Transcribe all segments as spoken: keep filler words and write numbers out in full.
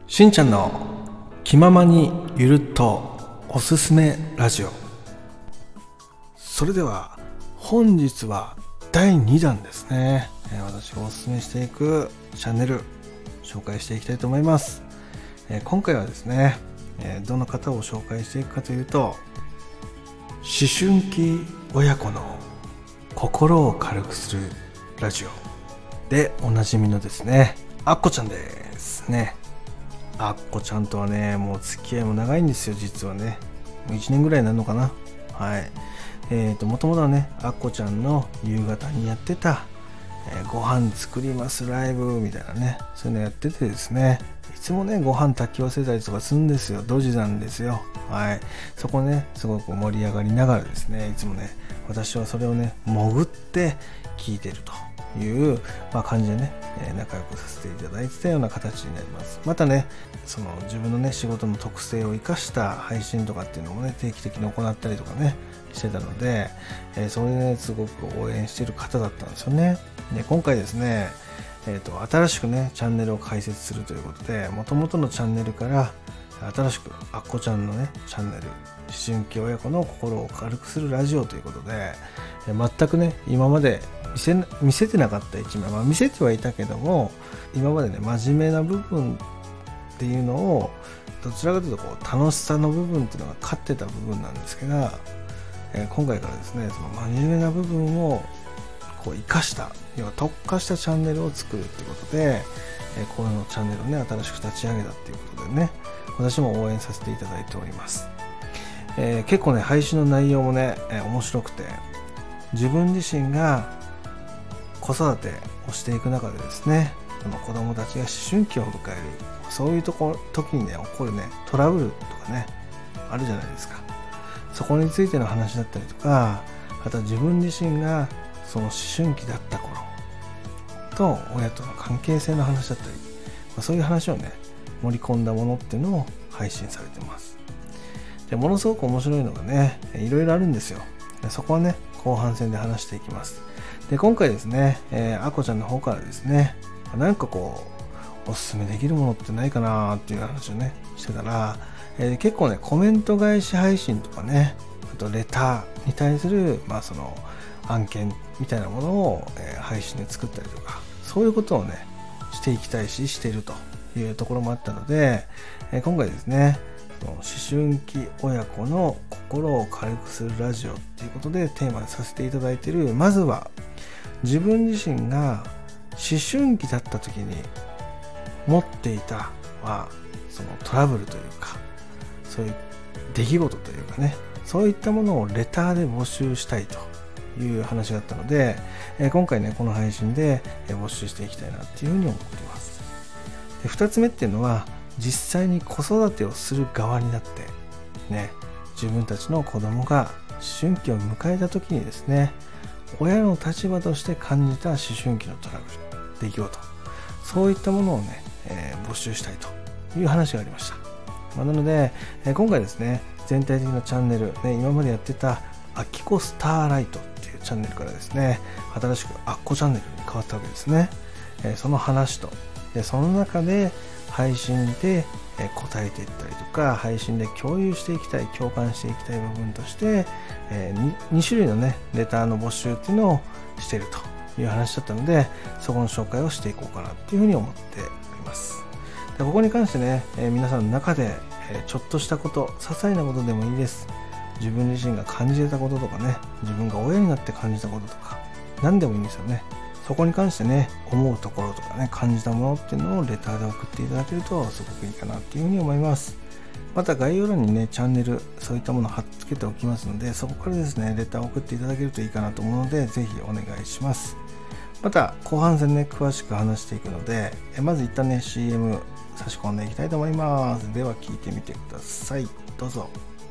しんちゃんの気ままにゆるっとおすすめラジオ。それでは本日はだいにだんですね。私がおすすめしていくチャンネル紹介していきたいと思います。今回はですね、どの方を紹介していくかというと、思春期親子の心を軽くするラジオでおなじみのですね、あっこちゃんですね。あっこちゃんとはね、もう付き合いも長いんですよ、実はね。もういちねんぐらいになるのかな。はい。えーと、もともとはね、あっこちゃんの夕方にやってた、えー、ご飯作りますライブみたいなね、そういうのやっててですね、いつもね、ご飯炊き忘れたりとかするんですよ。ドジなんですよ。はい。そこね、すごく盛り上がりながらですね、いつもね、私はそれをね、潜って聞いてるという、まあ、感じでね、えー、仲良くさせていただいてたような形になります。またね、その自分のね、仕事の特性を生かした配信とかっていうのもね、定期的に行ったりとかね、してたので、えー、それでね、すごく応援している方だったんですよね。で、今回ですね、えーと、新しくね、チャンネルを開設するということで、元々のチャンネルから新しくあっこちゃんのね、チャンネル、思春期親子の心を軽くするラジオということで、えー、全くね、今まで見せ、見せてなかった一面、まあ見せてはいたけども、今までね、真面目な部分っていうのを、どちらかというとこう楽しさの部分っていうのが勝ってた部分なんですけど、えー、今回からですね、その真面目な部分をこう生かした、要は特化したチャンネルを作るっていうことで、えー、このチャンネルをね、新しく立ち上げたっていうことでね、私も応援させていただいております。えー、結構ね、配信の内容もね、えー、面白くて、自分自身が子育てをしていく中でですね、その子供たちが思春期を迎える、そういうとこ時にね、起こるね、トラブルとかね、あるじゃないですか。そこについての話だったりとか、あとは自分自身がその思春期だった頃と親との関係性の話だったり、そういう話をね、盛り込んだものっていうのを配信されてます。で、ものすごく面白いのがね、いろいろあるんですよ。で、そこはね、後半戦で話していきます。で、今回ですね、えー、あこちゃんの方からですね、なんかこうおすすめできるものってないかなっていう話をね、してたら、えー、結構ね、コメント返し配信とかね、あとレターに対する、まあその案件みたいなものを、えー、配信で作ったりとか、そういうことをね、していきたいし、しているというところもあったので、えー、今回ですね、思春期親子の心を軽くするラジオっていうことでテーマにさせていただいている、まずは自分自身が思春期だった時に持っていた、まあ、そのトラブルというか、そういう出来事というかね、そういったものをレターで募集したいという話があったので、えー、今回ね、この配信で募集していきたいなっていうふうに思っています。で、ふたつめっていうのは、実際に子育てをする側になってね、自分たちの子供が思春期を迎えた時にですね、親の立場として感じた思春期のトラブル、出来事、そういったものをね、えー、募集したいという話がありました。まあ、なので、えー、今回ですね、全体的なチャンネル、ね、今までやってたあきこスターライトっていうチャンネルからですね、新しくあっこチャンネルに変わったわけですね。えー、その話と、でその中で配信で答えていったりとか、配信で共有していきたい、共感していきたい部分として、えー、に種類のね、レターの募集っていうのをしているという話だったので、そこの紹介をしていこうかなっていうふうに思っております。で、ここに関してね、えー、皆さんの中で、えー、ちょっとしたこと、些細なことでもいいです。自分自身が感じたこととかね、自分が親になって感じたこととか、何でもいいんですよね。そこに関してね、思うところとかね、感じたものっていうのをレターで送っていただけるとすごくいいかなっていうふうに思います。また概要欄にね、チャンネル、そういったものを貼っつけておきますので、そこからですね、レターを送っていただけるといいかなと思うので、ぜひお願いします。また後半戦ね、詳しく話していくので、まず一旦ね、シーエム 差し込んでいきたいと思います。では聞いてみてください。どうぞ。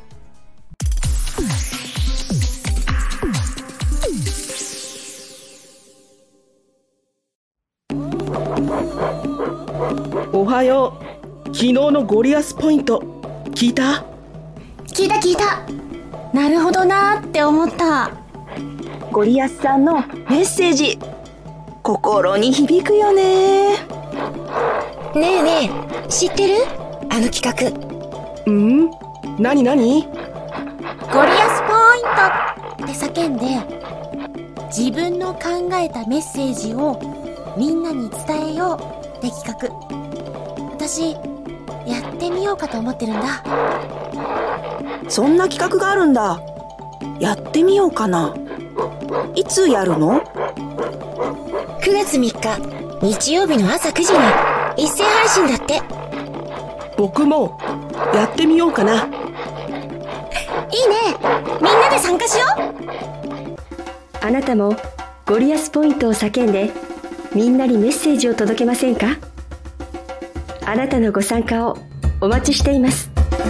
おはよう。昨日のゴリアスポイント聞いた？ 聞いた聞いた。なるほどなーって思った。 ゴリアスさんのメッセージ、心に響くよね。 ねえねえ、知ってる？あの企画。 うんなになに？ ゴリアスポイントって叫んで、自分の考えたメッセージをみんなに伝えようって企画。私、やってみようかと思ってるんだ。 そんな企画があるんだ。やってみようかな。いつやるの？ くがつみっか、日曜日の朝くじに一斉配信だって。 僕もやってみようかな。 いいね。みんなで参加しよう。 あなたもゴリアスポイントを叫んで、みんなにメッセージを届けませんか？あなたのご参加をお待ちしています。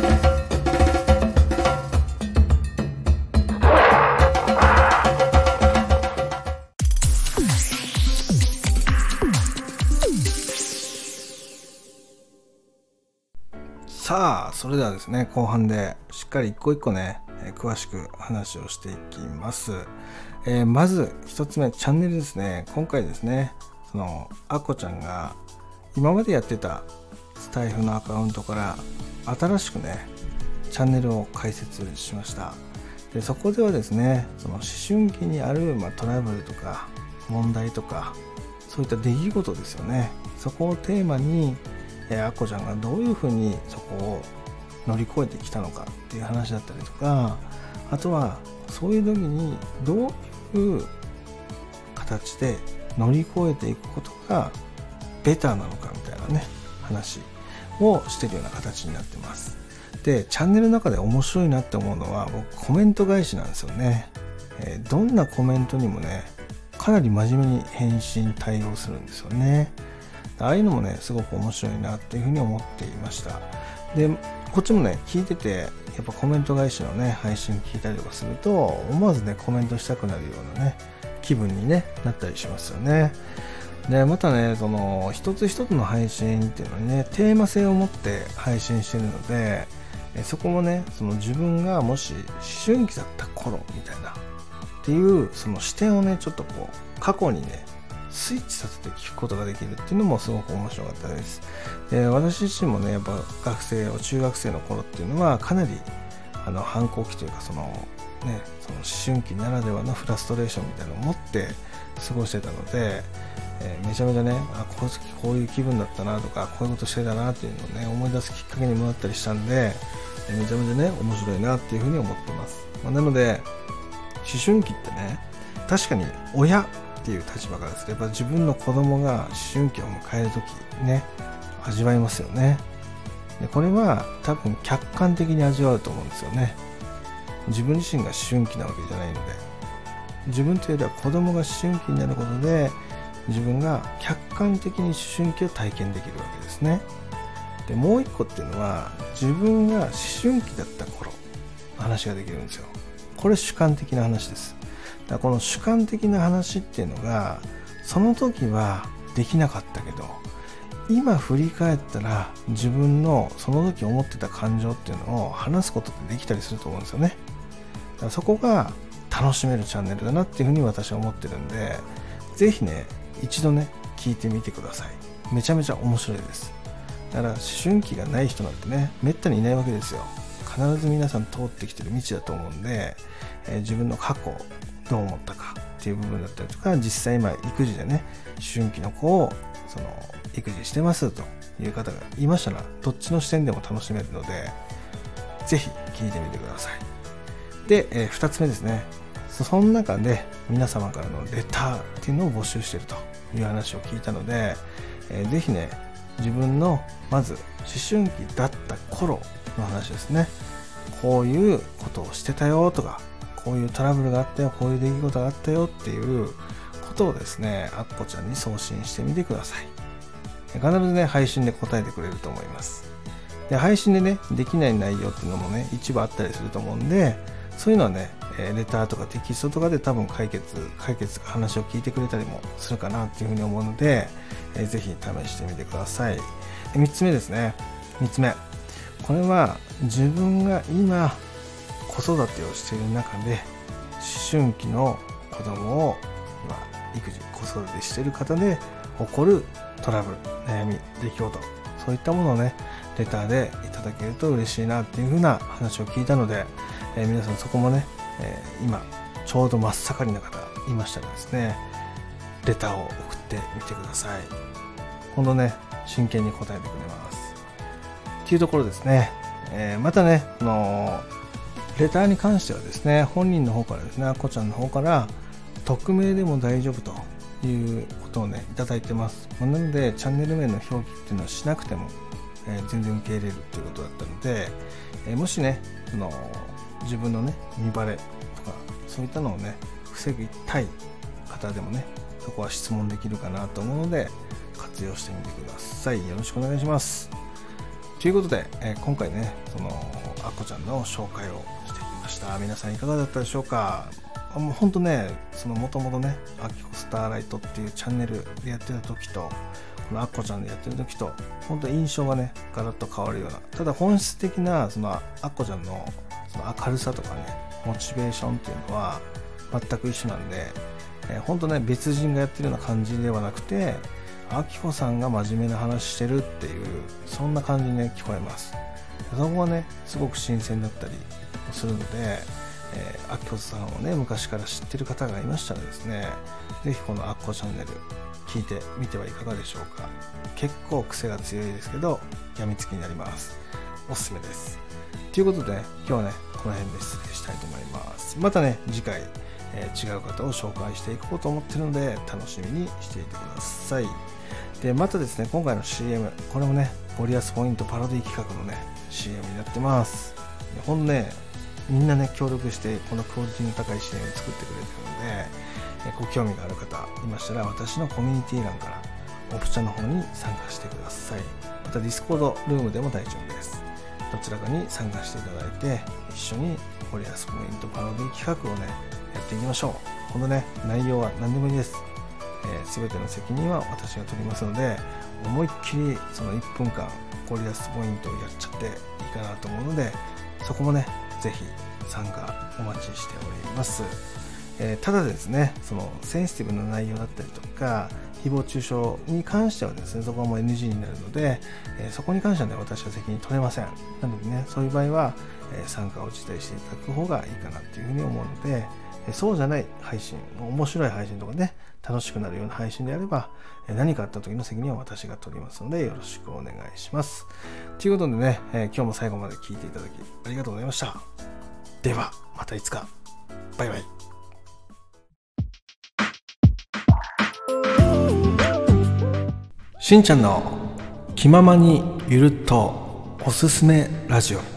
さあ、それではですね、後半でしっかり一個一個ね、えー、詳しく話をしていきます。えー、まず一つ目、チャンネルですね。今回ですね、そのあこちゃんが今までやってたスタイフのアカウントから新しくね、チャンネルを開設しました。でそこではですね、その思春期にある、まあ、トラブルとか問題とか、そういった出来事ですよね。そこをテーマにえー、あこちゃんがどういうふうにそこを乗り越えてきたのかっていう話だったりとか、あとはそういう時にどういう形で乗り越えていくことがベターなのかみたいなね、話をしてるような形になってます。でチャンネルの中で面白いなって思うのは、僕コメント返しなんですよね。えー、どんなコメントにもね、かなり真面目に返信対応するんですよね。ああいうのもね、すごく面白いなっていうふうに思っていました。でこっちもね、聞いててやっぱコメント返しのね配信聞いたりとかすると、思わずねコメントしたくなるようなね気分に、ね、なったりしますよね。でまたね、その一つ一つの配信っていうのにね、テーマ性を持って配信してるので、そこもね、その自分がもし思春期だった頃みたいなっていうその視点をね、ちょっとこう過去にねスイッチさせて聞くことができるっていうのもすごく面白かったです。で私自身もね、やっぱ学生を中学生の頃っていうのはかなりあの反抗期というか、そのね、その思春期ならではのフラストレーションみたいなのを持って過ごしてたので、えー、めちゃめちゃね、あこういう時こういう気分だったなとか、こういうことしてたなっていうのをね思い出すきっかけにもなったりしたんで、えー、めちゃめちゃね面白いなっていうふうに思ってます。まあ、なので思春期ってね、確かに親っていう立場からですね、やっぱ自分の子供が思春期を迎えるときね、味わいますよね。でこれは多分客観的に味わうと思うんですよね。自分自身が思春期なわけじゃないので、自分というよりは子供が思春期になることで、自分が客観的に思春期を体験できるわけですね。でもう一個っていうのは、自分が思春期だった頃の話ができるんですよ。これ主観的な話です。だからこの主観的な話っていうのが、その時はできなかったけど、今振り返ったら自分のその時思ってた感情っていうのを話すことってできたりすると思うんですよね。だからそこが楽しめるチャンネルだなっていうふうに私は思ってるんで、ぜひね一度ね聞いてみてください。めちゃめちゃ面白いです。だから思春期がない人なんてね、めったにいないわけですよ。必ず皆さん通ってきてる道だと思うんで、えー、自分の過去どう思ったかっていう部分だったりとか、実際今育児でね思春期の子をその育児してますという方がいましたら、どっちの視点でも楽しめるので、ぜひ聞いてみてください。で、えー、ふたつめですね。その中で皆様からのレターっていうのを募集しているという話を聞いたので、えー、ぜひね自分のまず思春期だった頃の話ですね。こういうことをしてたよとか、こういうトラブルがあったよ、こういう出来事があったよっていうことをですね、あっこちゃんに送信してみてください。必ずね配信で答えてくれると思います。で配信でねできない内容っていうのもね一部あったりすると思うんで、そういうのはねレターとかテキストとかで多分解決解決話を聞いてくれたりもするかなっていうふうに思うので、えー、ぜひ試してみてください。みっつめですね。みっつめ、これは自分が今子育てをしている中で思春期の子供を、まあ、育児子育てしている方で起こるトラブル、悩み、出来事そういったものをねレターでいただけると嬉しいなっていう風な話を聞いたので、えー、皆さんそこもね、えー、今ちょうど真っ盛りな方いましたらですね、レターを送ってみてください。本当ね真剣に答えてくれますっていうところですね。えー、またねこのレターに関してはですね、本人の方からですね、あっこちゃんの方から匿名でも大丈夫ということをねいただいてます。なのでチャンネル名の表記っていうのはしなくても、えー、全然受け入れるということだったので、えー、もしねその自分のね見バレとかそういったのをね防ぎたい方でもね、そこは質問できるかなと思うので活用してみてください。よろしくお願いします。ということで、えー、今回ねそのあっこちゃんの紹介をしてきました。皆さんいかがだったでしょうか。もうほんとねそのもともとねあきこスターライトっていうチャンネルでやってた時とこのあっこちゃんでやってる時と本当印象がねガラッと変わるような、ただ本質的なそのあっこちゃんのその明るさとかねモチベーションっていうのは全く一緒なんで、えー、本当ね別人がやってるような感じではなくて、あきこさんが真面目な話してるっていうそんな感じにね聞こえます。そこはねすごく新鮮だったりするので、えー、あきこさんをね昔から知ってる方がいましたらですね、ぜひこのあっこチャンネル聞いてみてはいかがでしょうか。結構癖が強いですけどやみつきになります。おすすめです。ということで今日はねこの辺で失礼したいと思います。またね次回、えー、違う方を紹介していこうと思ってるので楽しみにしていてください。でまたですね今回の シーエム、 これもねゴリアスポイントパロディ企画のね シーエム になってます。ほんねみんなね協力してこのクオリティの高い シーエム を作ってくれてるので、えご興味がある方いましたら私のコミュニティ欄からオプチャの方に参加してください。またディスコードルームでも大丈夫です。どちらかに参加していただいて一緒にゴリアスポイントパロディ企画をねやっていきましょう。このね内容は何でもいいです。すべ、えー、ての責任は私が取りますので、思いっきりそのいっぷんかんゴリアスポイントをやっちゃっていいかなと思うので、そこもねぜひ参加お待ちしております。えー、ただですねそのセンシティブな内容だったりとか誹謗中傷に関してはですねそこはもう エヌジー になるので、えー、そこに関してはね私は責任取れません。なのでねそういう場合は、えー、参加を辞退していただく方がいいかなというふうに思うので、えー、そうじゃない配信、面白い配信とかね楽しくなるような配信であれば、えー、何かあった時の責任は私が取りますのでよろしくお願いします。ということでね、えー、今日も最後まで聞いていただきありがとうございました。ではまたいつか。バイバイ。しんちゃんの気ままにゆるっとおすすめラジオ。